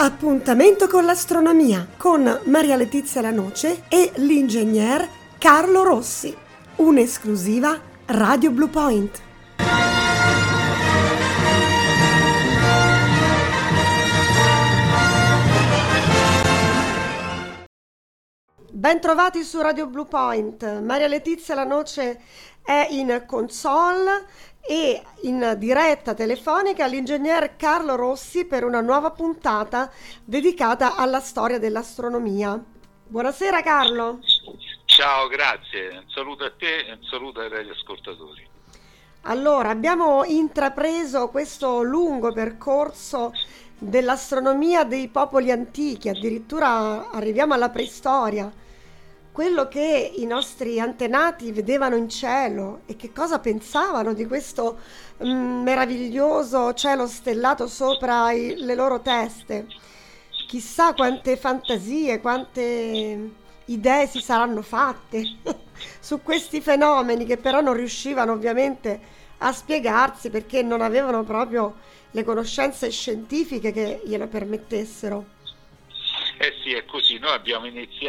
Appuntamento con l'astronomia con Maria Letizia Lanoce e l'ingegner Carlo Rossi. Un'esclusiva Radio Blue Point. Bentrovati su Radio Blue Point. Maria Letizia Lanoce è in console e in diretta telefonica l'ingegner Carlo Rossi per una nuova puntata dedicata alla storia dell'astronomia. Buonasera Carlo. Ciao, grazie. Un saluto a te e un saluto ai radioascoltatori. Allora, abbiamo intrapreso questo lungo percorso dell'astronomia dei popoli antichi, addirittura arriviamo alla preistoria. Quello che i nostri antenati vedevano in cielo e che cosa pensavano di questo meraviglioso cielo stellato sopra le loro teste. Chissà quante fantasie, quante idee si saranno fatte su questi fenomeni che però non riuscivano ovviamente a spiegarsi perché non avevano proprio le conoscenze scientifiche che glielo permettessero. Eh sì, è così. Noi abbiamo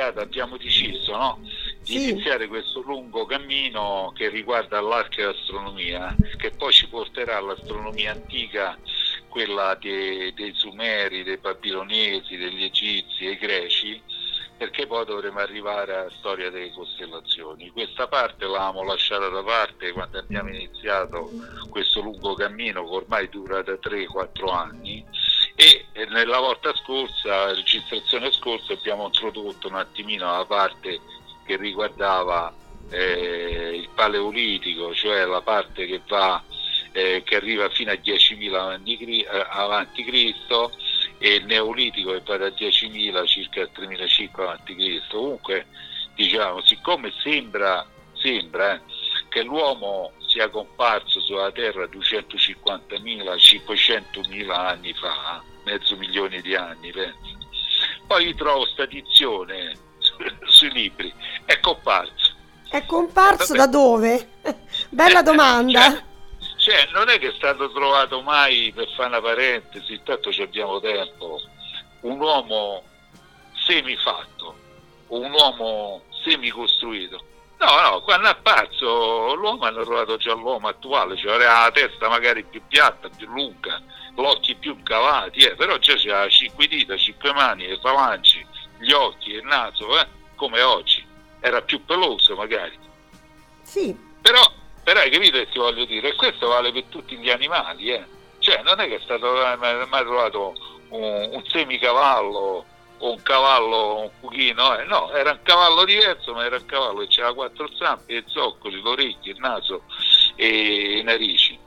deciso, no? Di iniziare questo lungo cammino che riguarda l'archeoastronomia, che poi ci porterà all'astronomia antica, quella dei Sumeri, dei Babilonesi, degli Egizi, dei Greci, perché poi dovremo arrivare alla storia delle costellazioni. Questa parte l'avevamo lasciata da parte quando abbiamo iniziato questo lungo cammino che ormai dura da 3-4 anni. E nella volta scorsa, la registrazione scorsa, abbiamo introdotto un attimino la parte che riguardava il Paleolitico, cioè la parte che va che arriva fino a 10.000 avanti Cristo, e il Neolitico che va da 10.000 circa a 3.500 avanti Cristo. Comunque, diciamo, siccome sembra che l'uomo sia comparso sulla Terra 250.000-500.000 anni fa, mezzo milione di anni, penso. Poi trovo sta dizione sui libri, è comparso. È comparso da dove? Bella domanda. Cioè, non è che è stato trovato mai, per fare una parentesi, intanto ci abbiamo tempo, un uomo semifatto o un uomo semicostruito. No, quando è apparso l'uomo hanno trovato già l'uomo attuale, cioè aveva la testa magari più piatta, più lunga, gli occhi più incavati, però già c'era 5 dita, 5 mani, le falangi, gli occhi, il naso, come oggi. Era più peloso magari. Sì. Però hai capito che ti voglio dire? E questo vale per tutti gli animali, Cioè non è che è stato mai trovato un semicavallo o un cavallo un pochino, no, era un cavallo diverso, ma era un cavallo che aveva 4 zampe, i zoccoli, le orecchie, il naso e le narici.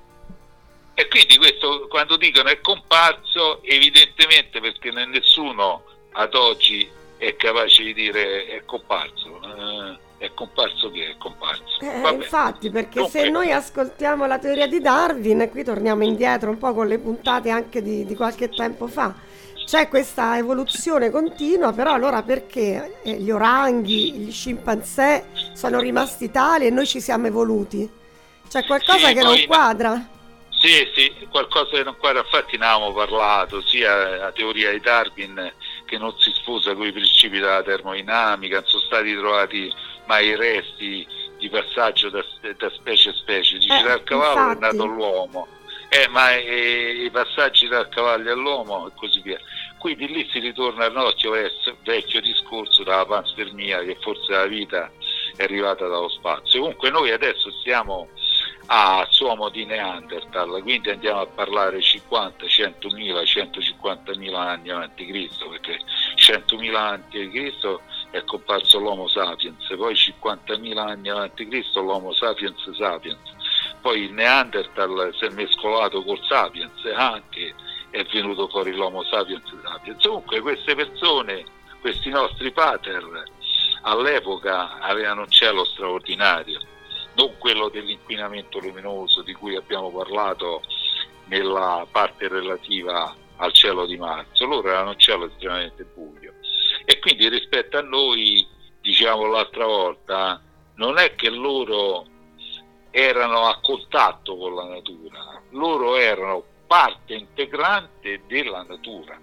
E quindi questo, quando dicono è comparso, evidentemente perché nessuno ad oggi è capace di dire è comparso. È comparso che è comparso. Infatti, perché se noi ascoltiamo la teoria di Darwin, e qui torniamo indietro un po' con le puntate anche di qualche tempo fa, c'è questa evoluzione continua, però allora perché gli oranghi, gli scimpanzé sono rimasti tali e noi ci siamo evoluti? C'è qualcosa che non quadra? Sì, qualcosa che non quadra. Infatti ne avevamo parlato, sia la teoria di Darwin che non si sposa con i principi della termodinamica, non sono stati trovati mai resti di passaggio da specie a specie. Dice dal cavallo infatti è nato l'uomo, ma i passaggi dal cavallo all'uomo e così via. Quindi lì si ritorna al nostro vecchio discorso della panspermia, che forse la vita è arrivata dallo spazio. Comunque noi adesso stiamo a Suomo di Neanderthal, quindi andiamo a parlare 50, 100.000, 150.000 anni avanti Cristo, perché 100.000 avanti Cristo è comparso l'Homo sapiens, poi 50.000 anni avanti Cristo l'Homo sapiens sapiens, poi il Neanderthal si è mescolato col sapiens e anche è venuto fuori l'Homo sapiens sapiens. Comunque queste persone, questi nostri pater, all'epoca avevano un cielo straordinario, non quello dell'inquinamento luminoso di cui abbiamo parlato nella parte relativa al cielo di marzo. Loro avevano un cielo estremamente buio e quindi rispetto a noi, diciamo l'altra volta, non è che loro erano a contatto con la natura, loro erano parte integrante della natura.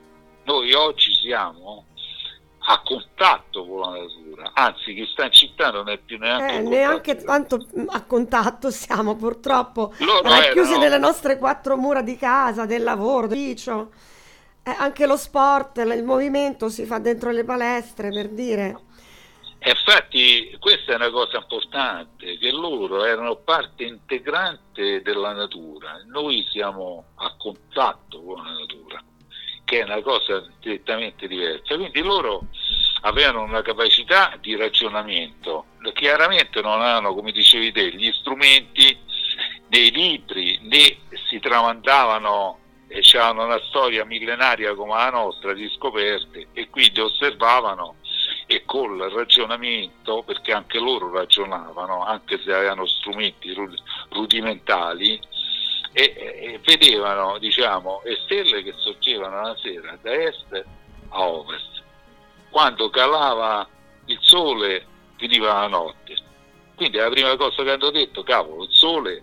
Noi oggi siamo a contatto con la natura, anzi chi sta in città non è più neanche a Neanche contatto. tanto a contatto siamo purtroppo Loro racchiusi erano, nelle nostre quattro mura di casa, del lavoro, dell'ufficio. Anche lo sport, il movimento si fa dentro le palestre, per dire. infatti questa è una cosa importante, che loro erano parte integrante della natura, noi siamo a contatto con la natura, che è una cosa direttamente diversa. Quindi loro avevano una capacità di ragionamento, chiaramente non avevano, come dicevi te, gli strumenti nei libri, né si tramandavano e c'erano una storia millenaria come la nostra di scoperte, e quindi osservavano e col ragionamento, perché anche loro ragionavano, anche se avevano strumenti rudimentali, e vedevano, diciamo, le stelle che sorgevano la sera da est a ovest. Quando calava il sole finiva la notte. Quindi la prima cosa che hanno detto, cavolo, il sole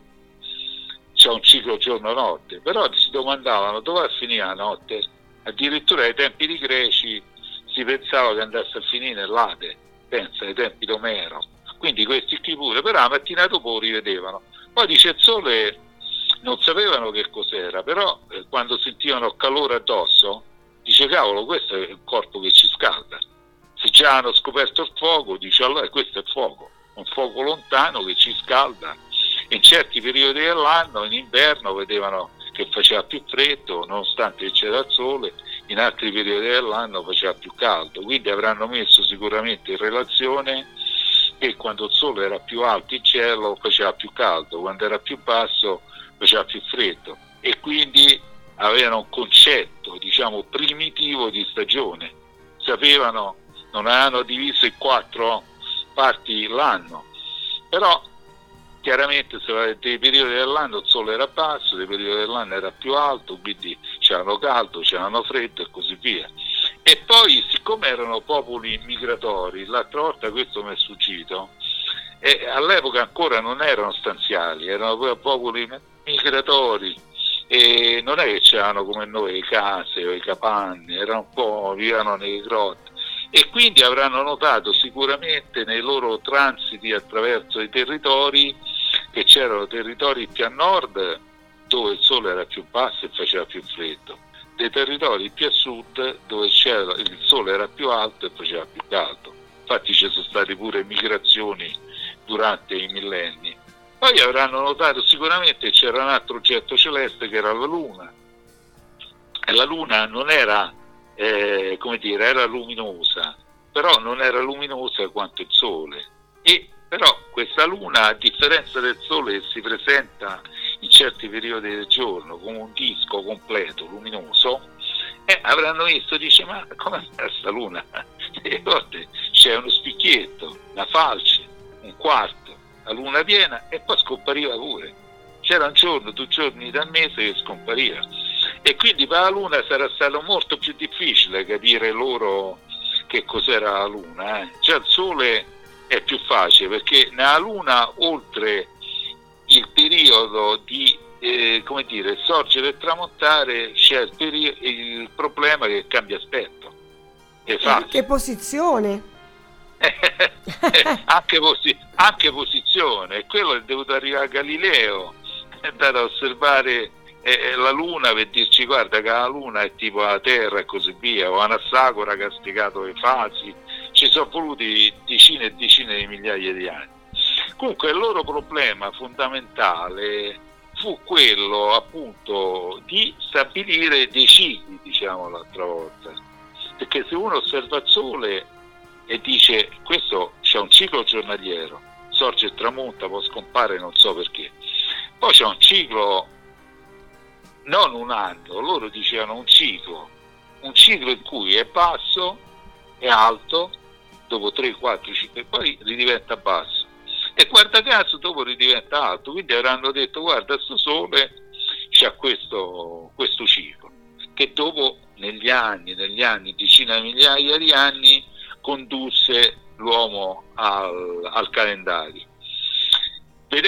c'è un ciclo giorno-notte, però si domandavano dove va a finire la notte. Addirittura ai tempi dei Greci si pensava che andasse a finire nell'Ade, pensa ai tempi d'Omero. Quindi questi qui pure, però la mattina dopo lo rivedevano. Poi dice il sole non sapevano che cos'era, però quando sentivano il calore addosso, dice cavolo, questo è il corpo che ci scalda. Se già hanno scoperto il fuoco, dice allora questo è il fuoco, un fuoco lontano che ci scalda. In certi periodi dell'anno, in inverno, vedevano che faceva più freddo nonostante c'era il sole, in altri periodi dell'anno faceva più caldo. Quindi avranno messo sicuramente in relazione che quando il sole era più alto in cielo faceva più caldo, quando era più basso faceva più freddo, e quindi avevano un concetto, diciamo, primitivo di stagione. Sapevano, non avevano diviso in 4 parti l'anno, però chiaramente dei periodi dell'anno il sole era basso, dei periodi dell'anno era più alto, quindi c'erano caldo, c'erano freddo e così via. E poi, siccome erano popoli migratori, l'altra volta questo mi è sfuggito, e all'epoca ancora non erano stanziali, erano popoli migratori, e non è che c'erano come noi le case o i capanni, erano un po', vivevano nelle grotte, e quindi avranno notato sicuramente nei loro transiti attraverso i territori che c'erano territori più a nord dove il sole era più basso e faceva più freddo, dei territori più a sud dove il sole era più alto e faceva più caldo. Infatti ci sono state pure migrazioni durante i millenni. Poi avranno notato sicuramente che c'era un altro oggetto celeste che era la Luna, e la Luna non era, come dire, era luminosa, però non era luminosa quanto il Sole. E però questa Luna, a differenza del Sole, si presenta in certi periodi del giorno come un disco completo, luminoso, e avranno visto, dice, ma come è questa Luna? E volte c'è uno spicchietto, una falce, un quarto, la Luna piena, e poi scompariva pure. C'era un giorno, 2 giorni dal mese che scompariva. E quindi per la Luna sarà stato molto più difficile capire loro che cos'era la Luna. Già il Sole è più facile, perché nella Luna, oltre il periodo di come dire, sorgere e tramontare, c'è il problema che cambia aspetto. Che posizione! anche posizione, e quello è dovuto arrivare a Galileo, è andato a osservare la Luna per dirci guarda che la Luna è tipo la Terra e così via, o Anassagora che ha spiegato le fasi. Ci sono voluti decine e decine di migliaia di anni. Comunque il loro problema fondamentale fu quello appunto di stabilire dei cicli, diciamo l'altra volta, perché se uno osserva il Sole e dice questo c'è un ciclo giornaliero, sorge e tramonta, poi scompare, non so perché, poi c'è un ciclo, non un anno, loro dicevano un ciclo in cui è basso, è alto, dopo 3, 4, 5, poi ridiventa basso, e guarda caso dopo ridiventa alto. Quindi avranno detto guarda, sto Sole c'ha questo ciclo, che dopo negli anni, decine di migliaia di anni, condusse l'uomo al calendario. Vedendo il cielo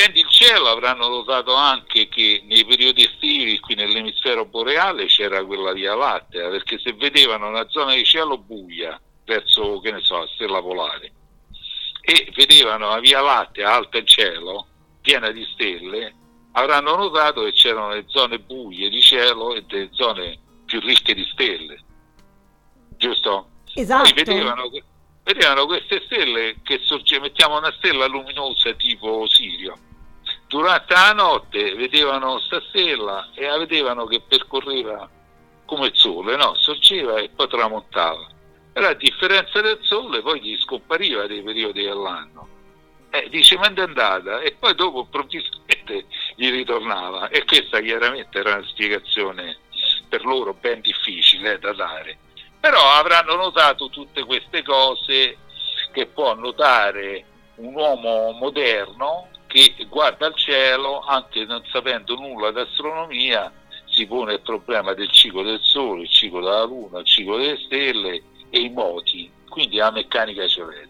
cielo avranno notato anche che nei periodi estivi qui nell'emisfero boreale c'era quella Via Lattea, perché se vedevano una zona di cielo buia verso, che ne so, la stella polare, e vedevano la Via Lattea alta in cielo, piena di stelle, avranno notato che c'erano le zone buie di cielo e delle zone più ricche di stelle, giusto? Esatto. Poi vedevano queste stelle che mettiamo una stella luminosa tipo Sirio, durante la notte vedevano sta stella e la vedevano che percorreva come il sole, no? Sorgeva e poi tramontava, però a differenza del sole poi gli scompariva dei periodi dell'anno, dice ma è andata, e poi dopo improvvisamente gli ritornava, e questa chiaramente era una spiegazione per loro ben difficile da dare, però avranno notato tutte queste cose che può notare un uomo moderno che guarda il cielo, anche non sapendo nulla di astronomia, si pone il problema del ciclo del Sole, il ciclo della Luna, il ciclo delle stelle e i moti, quindi la meccanica celeste.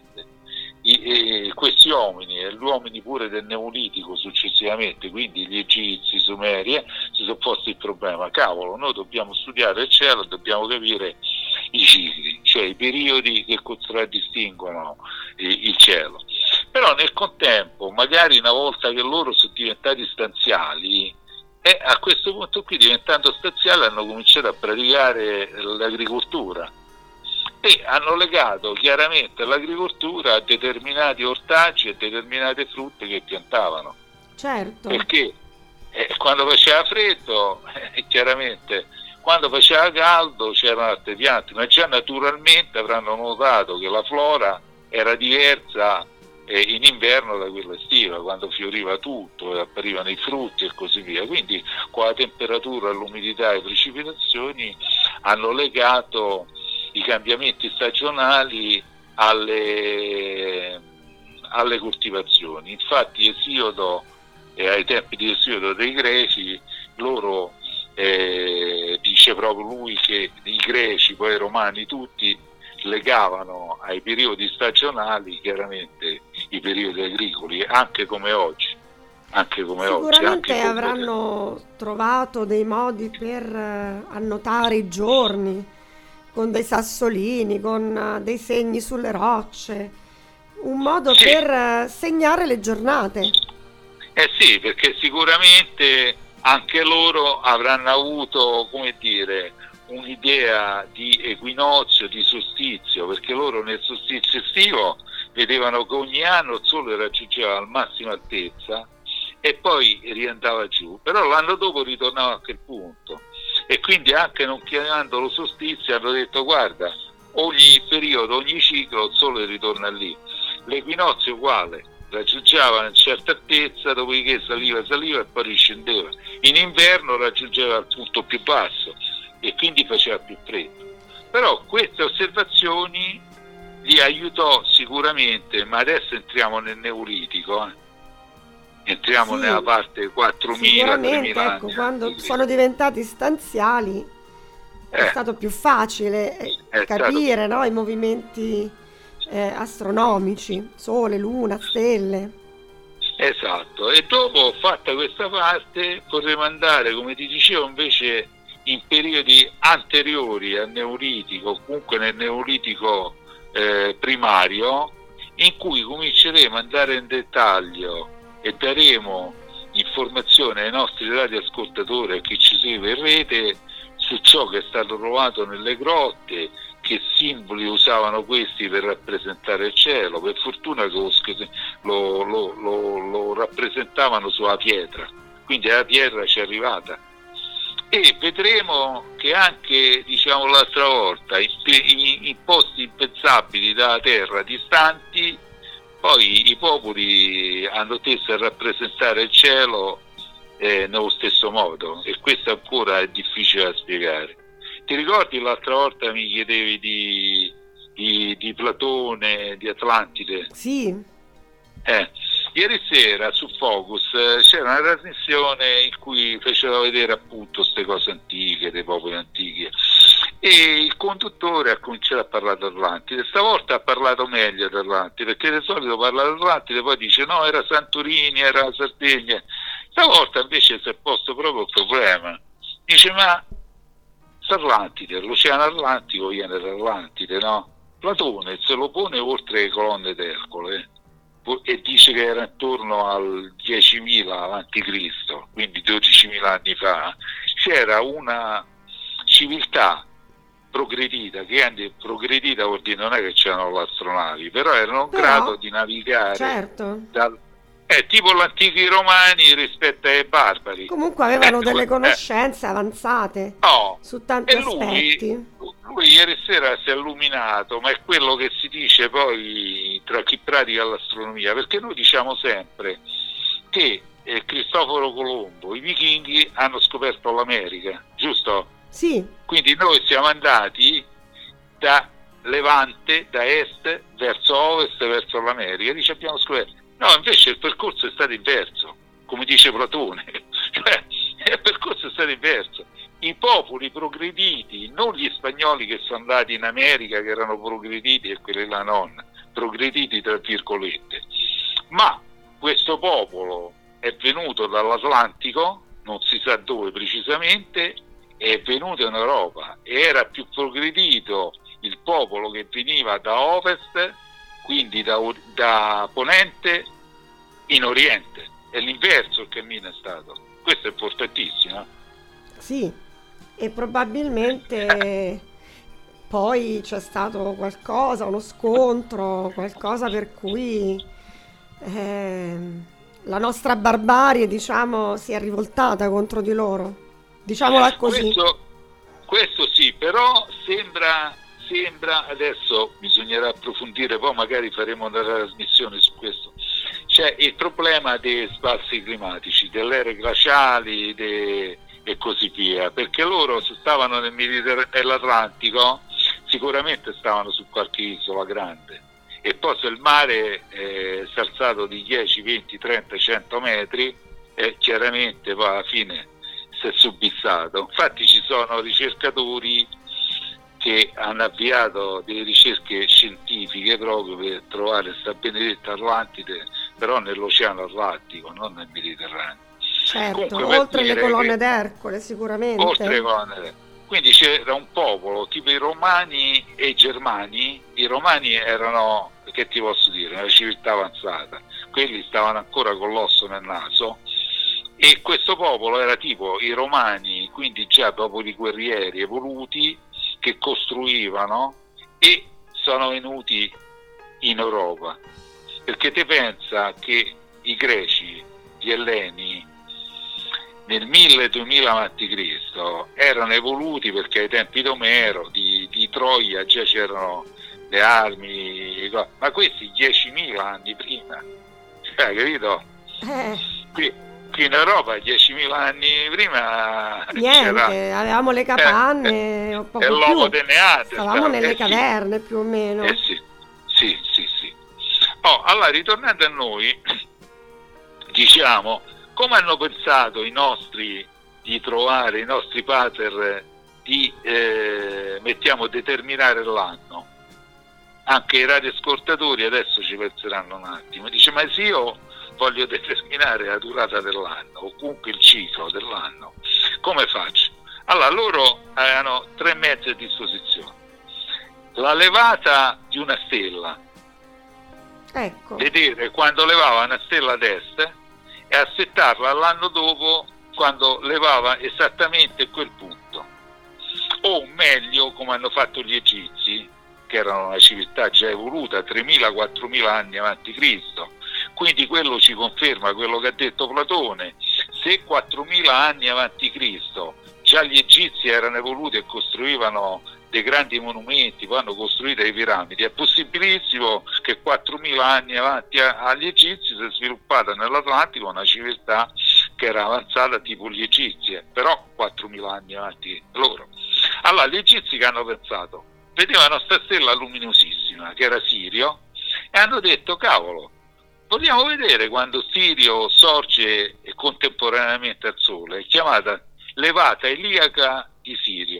Questi uomini e gli uomini pure del Neolitico successivamente, quindi gli Egizi, i Sumeri, si sono posti il problema: cavolo, noi dobbiamo studiare il cielo, dobbiamo capire i cicli, cioè i periodi che contraddistinguono il cielo. Però nel contempo, magari una volta che loro sono diventati stanziali, a questo punto qui, diventando stanziali, hanno cominciato a praticare l'agricoltura e hanno legato chiaramente l'agricoltura a determinati ortaggi e determinate frutte che piantavano. Certo. Perché quando faceva freddo, chiaramente quando faceva caldo c'erano altre piante, ma già naturalmente avranno notato che la flora era diversa in inverno da quella estiva, quando fioriva tutto, apparivano i frutti e così via. Quindi con la temperatura, l'umidità e le precipitazioni hanno legato i cambiamenti stagionali alle coltivazioni. Infatti Esiodo, ai tempi di Esiodo dei Greci, loro dice proprio lui che i Greci, poi i Romani tutti, legavano ai periodi stagionali chiaramente i periodi agricoli, anche come oggi. Sicuramente avranno trovato dei modi per annotare i giorni, con dei sassolini, con dei segni sulle rocce, un modo per segnare le giornate. Sì, perché sicuramente anche loro avranno avuto, come dire, un'idea di equinozio, di solstizio, perché loro nel solstizio estivo vedevano che ogni anno il sole raggiungeva la massima altezza e poi riandava giù, però l'anno dopo ritornava a quel punto, e quindi anche non chiamandolo solstizio hanno detto: guarda, ogni periodo, ogni ciclo il sole ritorna lì. L'equinozio uguale, raggiungeva una certa altezza, dopodiché saliva e poi riscendeva. In inverno raggiungeva il punto più basso e quindi faceva più freddo. Però queste osservazioni li aiutò sicuramente, ma adesso entriamo nel Neolitico, entriamo nella parte 4.000, 3.000 anni. Ecco, quando sono diventati stanziali è stato più facile capire, no, i movimenti astronomici, sole, luna, stelle. Esatto, e dopo, fatta questa parte, potremo andare, come ti dicevo, invece in periodi anteriori al Neolitico, comunque nel Neolitico primario, in cui cominceremo ad andare in dettaglio e daremo informazione ai nostri radioascoltatori e a chi ci segue in rete su ciò che è stato trovato nelle grotte, che simboli usavano questi per rappresentare il cielo. Per fortuna che lo rappresentavano sulla pietra, quindi la pietra ci è arrivata. E vedremo che anche, diciamo l'altra volta, in posti impensabili dalla terra, distanti, poi i popoli hanno teso a rappresentare il cielo nello stesso modo, e questo ancora è difficile da spiegare. Ti ricordi l'altra volta mi chiedevi di Platone, di Atlantide? Sì. Ieri sera su Focus c'era una trasmissione in cui faceva vedere appunto queste cose antiche, dei popoli antichi, E il conduttore ha cominciato a parlare d'Atlantide. Stavolta ha parlato meglio d'Atlantide, perché di solito parla d'Atlantide, poi dice no, era Santorini, era Sardegna. Stavolta invece si è posto proprio il problema. Dice ma l'Atlantide, l'Oceano Atlantico viene dall'Atlantide, no? Platone se lo pone oltre le colonne d'Ercole e dice che era intorno al 10.000 avanti Cristo, quindi 12.000 anni fa, c'era una civiltà progredita, progredita vuol dire non è che c'erano le astronavi, però erano in grado di navigare, certo, tipo gli antichi romani rispetto ai barbari. Comunque avevano delle conoscenze avanzate su tanti aspetti. Lui ieri sera si è illuminato, ma è quello che si dice poi tra chi pratica l'astronomia, perché noi diciamo sempre che Cristoforo Colombo, i vichinghi hanno scoperto l'America, giusto? Sì. Quindi noi siamo andati da Levante, da est verso ovest, verso l'America, dice abbiamo scoperto. No, invece il percorso è stato inverso, come dice Platone, cioè il percorso è stato inverso. I popoli progrediti, non gli spagnoli che sono andati in America, che erano progrediti e quelli là non, progrediti tra virgolette, ma questo popolo è venuto dall'Atlantico, non si sa dove precisamente, è venuto in Europa e era più progredito il popolo che veniva da ovest, quindi da ponente in oriente. È l'inverso il cammino è stato. Questo è importantissimo. Sì, e probabilmente poi c'è stato qualcosa, uno scontro, qualcosa per cui la nostra barbarie, diciamo, si è rivoltata contro di loro. Diciamola così. Questo sì, però sembra, adesso bisognerà approfondire, poi magari faremo una trasmissione su questo. C'è il problema dei spazi climatici, delle ere glaciali e così via, perché loro se stavano nell'Atlantico sicuramente stavano su qualche isola grande, e poi se il mare si è alzato di 10, 20, 30, 100 metri, chiaramente poi alla fine si è subissato. Infatti ci sono ricercatori che hanno avviato delle ricerche scientifiche proprio per trovare questa benedetta Atlantide, però nell'Oceano Atlantico, non nel Mediterraneo. Certo, comunque, oltre le colonne d'Ercole sicuramente. Oltre le colonne d'Ercole. Quindi c'era un popolo tipo i Romani e i Germani. I Romani erano, che ti posso dire, una civiltà avanzata, quelli stavano ancora con l'osso nel naso, e questo popolo era tipo i Romani, quindi già popoli guerrieri evoluti che costruivano e sono venuti in Europa. Perché te pensa che i greci, gli elleni, nel 1000-2000 a.C. erano evoluti perché ai tempi d'Omero, di Troia, già c'erano le armi, ma questi 10.000 anni prima, cioè, capito? Qui in Europa 10.000 anni prima niente, avevamo le capanne, un po' l'uomo dei Neanderthal, stavamo nelle caverne più o meno. Sì. Allora, ritornando a noi, diciamo, come hanno pensato i nostri di trovare, i nostri pater di determinare l'anno? Anche i radioascoltatori adesso ci penseranno un attimo, dice ma se io voglio determinare la durata dell'anno o comunque il ciclo dell'anno, come faccio? Allora loro avevano 3 mezzi a disposizione: la levata di una stella, ecco, vedere quando levava una stella ad est e aspettarla l'anno dopo quando levava esattamente quel punto, o meglio come hanno fatto gli egizi, che erano una civiltà già evoluta 3.000-4.000 anni avanti Cristo. Quindi quello ci conferma quello che ha detto Platone: se 4.000 anni avanti Cristo già gli egizi erano evoluti e costruivano dei grandi monumenti, poi hanno costruito le piramidi, è possibilissimo che 4.000 anni avanti agli egizi si è sviluppata nell'Atlantico una civiltà che era avanzata tipo gli egizi, però 4.000 anni avanti loro. Allora gli egizi che hanno pensato? Vedevano questa stella luminosissima che era Sirio e hanno detto cavolo, vogliamo vedere quando Sirio sorge contemporaneamente al Sole. È chiamata levata iliaca di Sirio,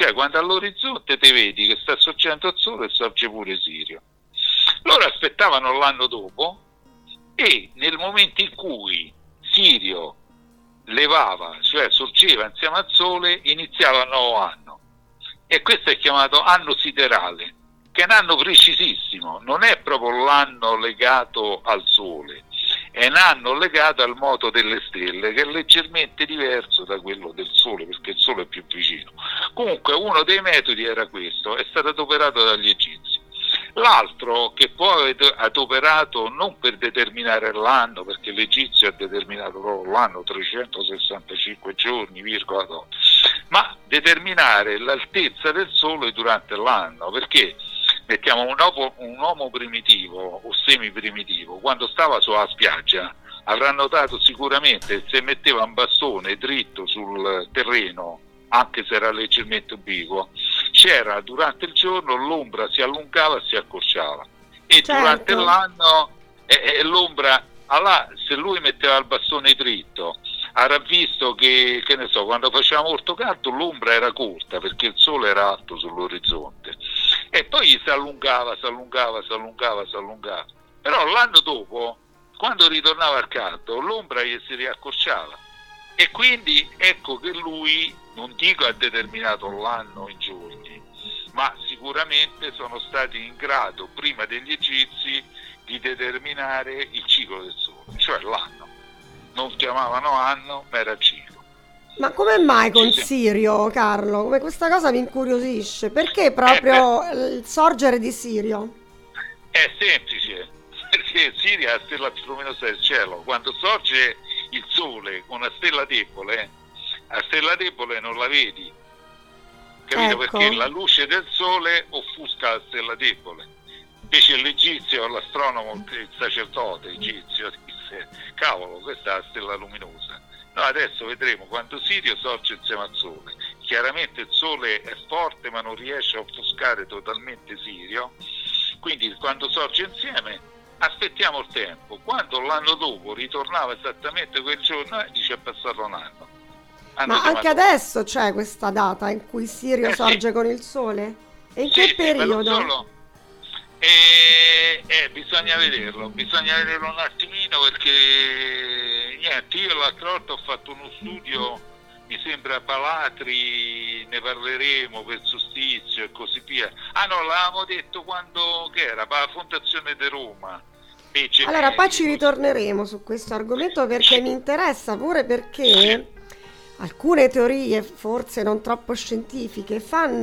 cioè quando all'orizzonte te vedi che sta sorgendo il sole e sorge pure Sirio. Loro aspettavano l'anno dopo e nel momento in cui Sirio levava, cioè sorgeva insieme al sole, iniziava il nuovo anno, e questo è chiamato anno siderale, che è un anno precisissimo, non è proprio l'anno legato al sole, è un anno legato al moto delle stelle, che è leggermente diverso da quello del sole, perché il sole è più vicino. Comunque uno dei metodi era questo, è stato adoperato dagli egizi. L'altro, che poi è adoperato non per determinare l'anno, perché l'egizio ha determinato proprio l'anno 365 giorni, virgola, ma determinare l'altezza del sole durante l'anno, perché mettiamo un uomo primitivo o semiprimitivo, quando stava sulla spiaggia avrà notato sicuramente se metteva un bastone dritto sul terreno, anche se era leggermente obliquo, c'era durante il giorno l'ombra si allungava e si accorciava, e Certo. durante l'anno l'ombra, allora, se lui metteva il bastone dritto avrà visto che ne so, quando faceva molto caldo l'ombra era corta perché il sole era alto sull'orizzonte, e poi si allungava, però l'anno dopo, quando ritornava al caldo, l'ombra gli si riaccorciava, e quindi ecco che lui, non dico ha determinato l'anno in giorni, ma sicuramente sono stati in grado prima degli egizi di determinare il ciclo del sole, cioè l'anno. Non chiamavano anno, ma era ciclo. Ma come mai con Sì. Sirio, Carlo? Come questa cosa mi incuriosisce? Perché proprio il sorgere di Sirio? È semplice, perché Sirio è la stella più luminosa del cielo. Quando sorge il sole con una stella debole, la stella debole non la vedi, capito? Ecco. Perché la luce del sole offusca la stella debole. Invece l'egizio, l'astronomo, il sacerdote egizio disse: cavolo, questa è la stella luminosa. Noi adesso vedremo quando Sirio sorge insieme al sole. Chiaramente il sole è forte ma non riesce a offuscare totalmente Sirio, quindi quando sorge insieme aspettiamo il tempo. Quando l'anno dopo ritornava esattamente quel giorno, dice è passato un anno. Ma anche adesso c'è questa data in cui Sirio sorge con il sole? E in che periodo? Bisogna vederlo un attimino, perché niente, io l'altra volta ho fatto uno studio, mi sembra Palatri, ne parleremo per solstizio e così via. Ah no, l'avevamo detto quando, che era, per la Fondazione di Roma. Allora, poi ci ritorneremo su questo argomento perché mi interessa pure, perché alcune teorie, forse non troppo scientifiche,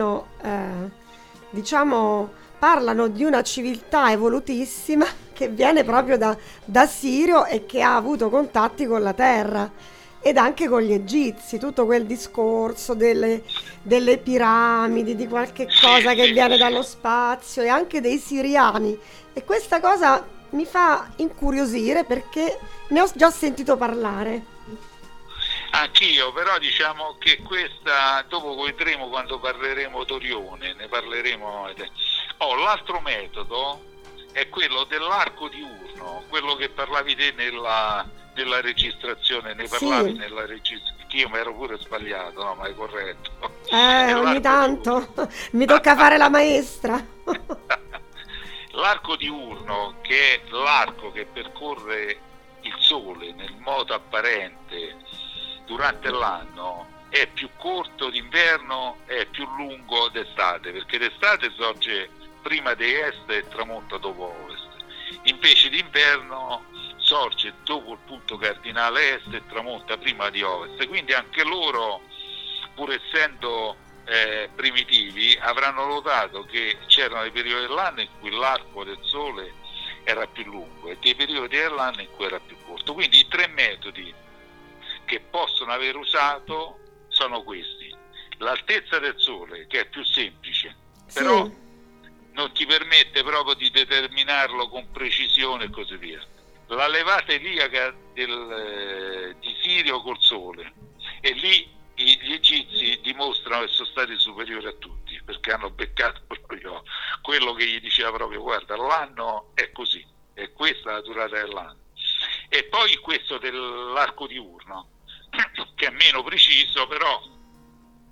parlano di una civiltà evolutissima che viene proprio da Sirio e che ha avuto contatti con la Terra ed anche con gli egizi, tutto quel discorso delle piramidi, di qualche cosa che viene dallo spazio, e anche dei siriani, e questa cosa mi fa incuriosire perché ne ho già sentito parlare. Anch'io, però diciamo che questa dopo vedremo quando parleremo d'Orione, ne parleremo. L'altro metodo è quello dell'arco diurno, quello che parlavi te nella registrazione, ne parlavi nella registrazione, che io mi ero pure sbagliato, no, ma è corretto. Ogni tanto mi tocca fare la maestra. L'arco diurno, che è l'arco che percorre il sole nel modo apparente durante l'anno, è più corto d'inverno e più lungo d'estate, perché d'estate sorge prima di est e tramonta dopo ovest, invece d'inverno sorge dopo il punto cardinale est e tramonta prima di ovest. Quindi anche loro, pur essendo primitivi, avranno notato che c'erano dei periodi dell'anno in cui l'arco del sole era più lungo e dei periodi dell'anno in cui era più corto. Quindi i tre metodi che possono aver usato sono questi: l'altezza del sole, che è più semplice, però non ti permette proprio di determinarlo con precisione e così via; la levata iliaca di Sirio col sole, e lì gli egizi dimostrano che sono stati superiori a tutti, perché hanno beccato proprio quello che gli diceva proprio: guarda, l'anno è così, e questa è la durata dell'anno. E poi questo dell'arco diurno, che è meno preciso, però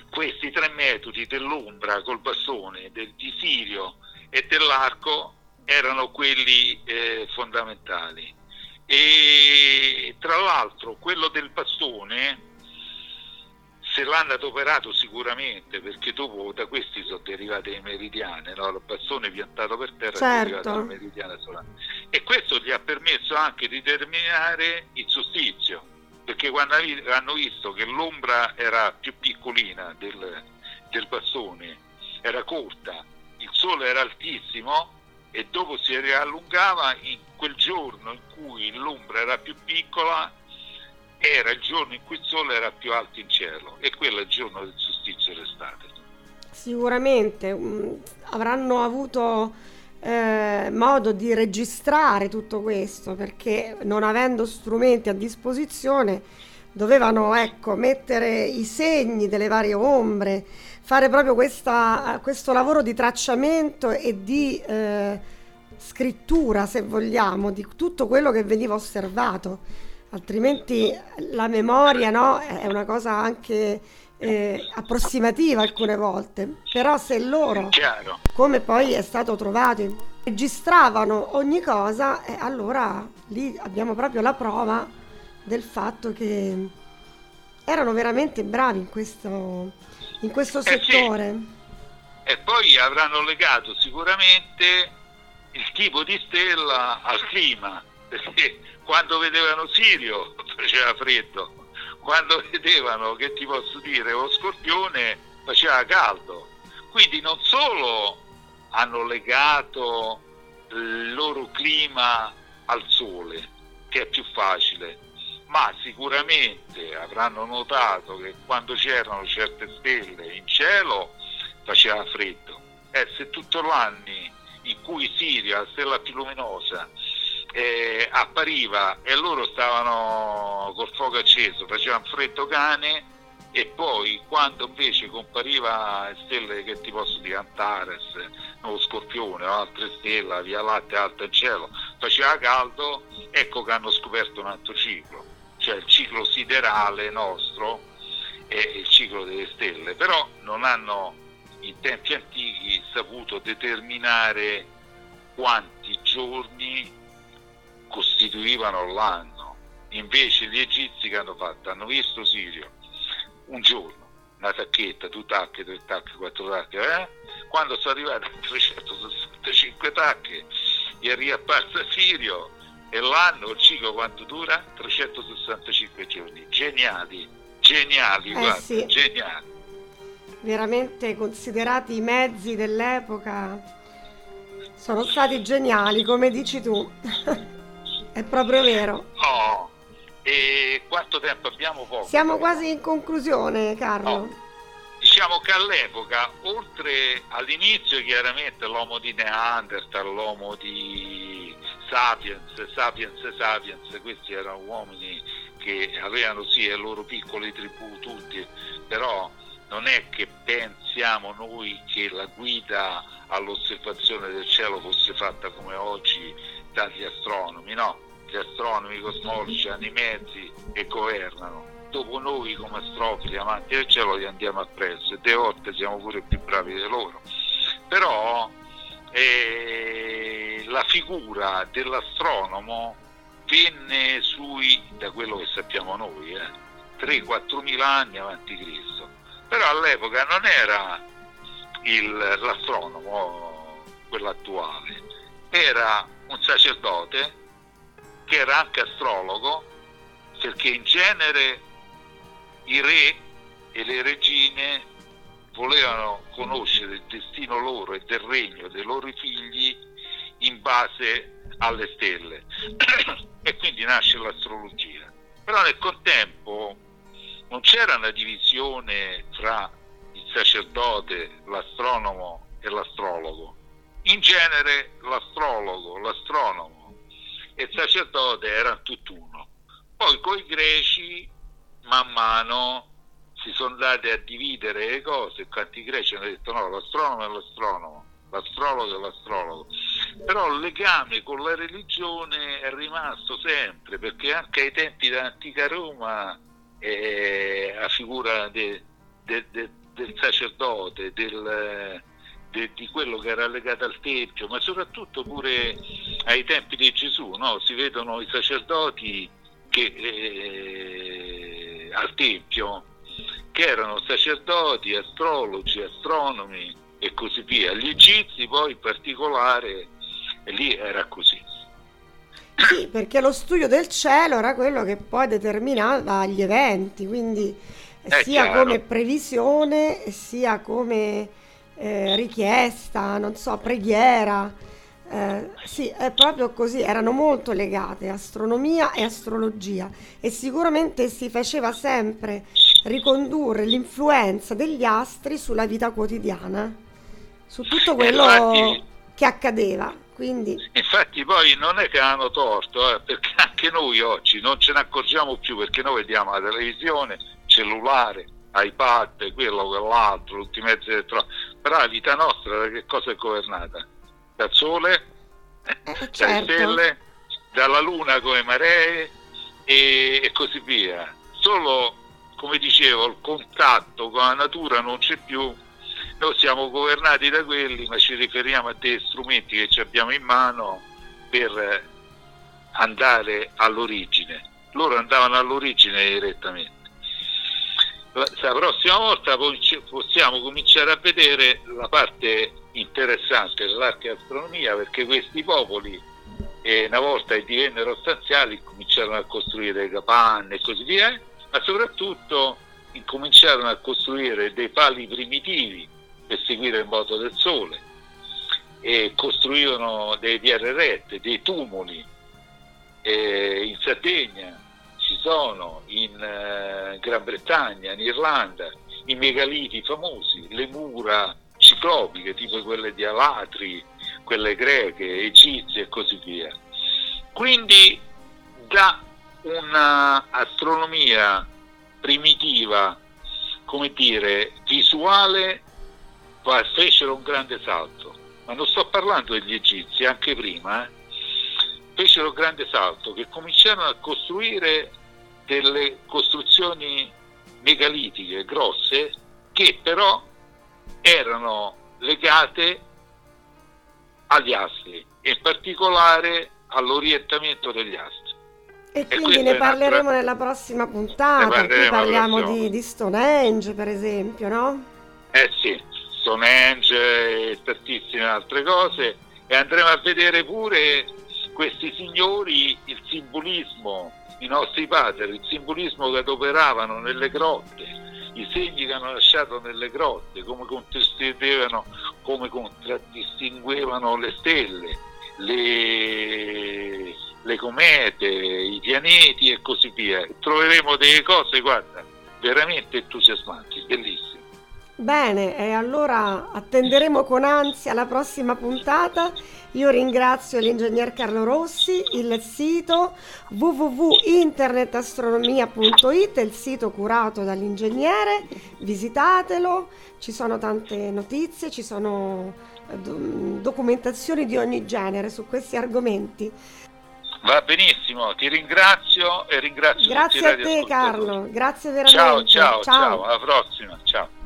questi tre metodi dell'ombra col bastone, di Sirio e dell'arco erano quelli fondamentali. E tra l'altro quello del bastone se l'hanno adoperato sicuramente, perché dopo da questi sono derivate le meridiane, no? Il bastone piantato per terra è derivato la meridiana solare, e questo gli ha permesso anche di determinare il solstizio, perché quando hanno visto che l'ombra era più piccolina del bastone, era corta, il sole era altissimo e dopo si riallungava, in quel giorno in cui l'ombra era più piccola era il giorno in cui il sole era più alto in cielo, e quello è il giorno del solstizio d'estate. Sicuramente avranno avuto modo di registrare tutto questo, perché non avendo strumenti a disposizione dovevano, ecco, mettere i segni delle varie ombre, fare proprio questo lavoro di tracciamento e di scrittura, se vogliamo, di tutto quello che veniva osservato. Altrimenti la memoria, no, è una cosa anche approssimativa alcune volte, però se loro, chiaro, come poi è stato trovato, registravano ogni cosa, allora lì abbiamo proprio la prova del fatto che erano veramente bravi in questo settore. Sì. E poi avranno legato sicuramente il tipo di stella al clima, perché quando vedevano Sirio faceva freddo, quando vedevano, che ti posso dire, lo Scorpione faceva caldo. Quindi non solo hanno legato il loro clima al sole, che è più facile, ma sicuramente avranno notato che quando c'erano certe stelle in cielo faceva freddo. Se tutto l'anno in cui Sirio, la stella più luminosa, appariva e loro stavano col fuoco acceso, facevano freddo cane, e poi quando invece compariva stelle, che ti posso dire, Antares, lo Scorpione o altre stelle, Via Lattea alta in cielo, faceva caldo. Ecco che hanno scoperto un altro ciclo, cioè il ciclo siderale nostro e il ciclo delle stelle, però non hanno in tempi antichi saputo determinare quanti giorni costituivano l'anno. Invece gli egizi che hanno fatto, hanno visto Sirio un giorno, una tacchetta, 2 tacche, 3 tacche, 4 tacche, quando sono arrivati a 365 tacche gli è riapparsa Sirio, e l'anno, il ciclo quanto dura? 365 giorni. Geniali, guarda, sì. Geniali. Veramente considerati i mezzi dell'epoca, sono stati geniali, come dici tu. È proprio vero. No. E quanto tempo abbiamo? Poco. Siamo quasi in conclusione, Carlo. No. Diciamo che all'epoca, oltre all'inizio chiaramente l'uomo di Neanderthal, l'uomo di Sapiens, questi erano uomini che avevano sì le loro piccole tribù tutti, però non è che pensiamo noi che la guida all'osservazione del cielo fosse fatta come oggi dagli astronomi, no? Gli astronomi, i cosmologi hanno i mezzi e governano. Dopo noi come astrofili amanti del cielo gli andiamo appresso, e delle volte siamo pure più bravi di loro. Però la figura dell'astronomo venne da quello che sappiamo noi, 3-4 mila anni avanti Cristo. Però all'epoca non era l'astronomo quello attuale, era un sacerdote che era anche astrologo, perché in genere i re e le regine volevano conoscere il destino loro e del regno dei loro figli in base alle stelle e quindi nasce l'astrologia. Però nel contempo non c'era una divisione fra il sacerdote, l'astronomo e l'astrologo. In genere l'astrologo, l'astronomo e il sacerdote erano tutt'uno. Poi coi greci man mano si sono andati a dividere le cose, infatti i greci hanno detto no, l'astronomo è l'astronomo, l'astrologo è l'astrologo. Però il legame con la religione è rimasto sempre, perché anche ai tempi dell'antica Roma la figura del del sacerdote, di quello che era legato al Tempio, ma soprattutto pure ai tempi di Gesù, no? Si vedono i sacerdoti che al Tempio, che erano sacerdoti, astrologi, astronomi e così via. Gli egizi poi in particolare, e lì era così. Sì, perché lo studio del cielo era quello che poi determinava gli eventi, quindi È sia chiaro. come previsione, sia come richiesta, non so, preghiera. Sì, è proprio così, erano molto legate astronomia e astrologia e sicuramente si faceva sempre ricondurre l'influenza degli astri sulla vita quotidiana, su tutto quello Infatti, che accadeva. Quindi infatti poi non è che hanno torto, perché anche noi oggi non ce ne accorgiamo più, perché noi vediamo la televisione, cellulare, iPad, quello, quell'altro, tutti i mezzi elettronici, però la vita nostra da che cosa è governata? Dal sole, dalle certo. stelle, dalla luna come maree e così via. Solo, come dicevo, il contatto con la natura non c'è più. Noi siamo governati da quelli, ma ci riferiamo a dei strumenti che ci abbiamo in mano per andare all'origine. Loro andavano all'origine direttamente. La prossima volta possiamo cominciare a vedere la parte interessante dell'archeastronomia, perché questi popoli, una volta che divennero stanziali, cominciarono a costruire capanne e così via, ma soprattutto incominciarono a costruire dei pali primitivi per seguire il moto del sole, e costruivano dei terre rette, dei tumuli. In Sardegna ci sono, in Gran Bretagna, in Irlanda, i megaliti famosi, le mura ciclopiche, tipo quelle di Alatri, quelle greche, egizie e così via. Quindi da un'astronomia primitiva, come dire, visuale, fecero un grande salto, ma non sto parlando degli egizi, anche prima, fecero un grande salto, che cominciarono a costruire delle costruzioni megalitiche grosse, che però erano legate agli astri, e in particolare all'orientamento degli astri. E quindi ne parleremo nella prossima puntata. Qui parliamo di Stonehenge, per esempio, no? Sì, Stonehenge e tantissime altre cose, e andremo a vedere pure questi signori, il simbolismo, i nostri padri, il simbolismo che adoperavano nelle grotte, i segni che hanno lasciato nelle grotte, come contraddistinguevano le stelle, le comete, i pianeti e così via. Troveremo delle cose, guarda, veramente entusiasmanti, bellissime. Bene, e allora attenderemo con ansia la prossima puntata. Io ringrazio l'ingegner Carlo Rossi, il sito www.internetastronomia.it, il sito curato dall'ingegnere, visitatelo, ci sono tante notizie, ci sono documentazioni di ogni genere su questi argomenti. Va benissimo, ti ringrazio e ringrazio Grazie tutti i a te Carlo, grazie veramente. Ciao, alla prossima, ciao.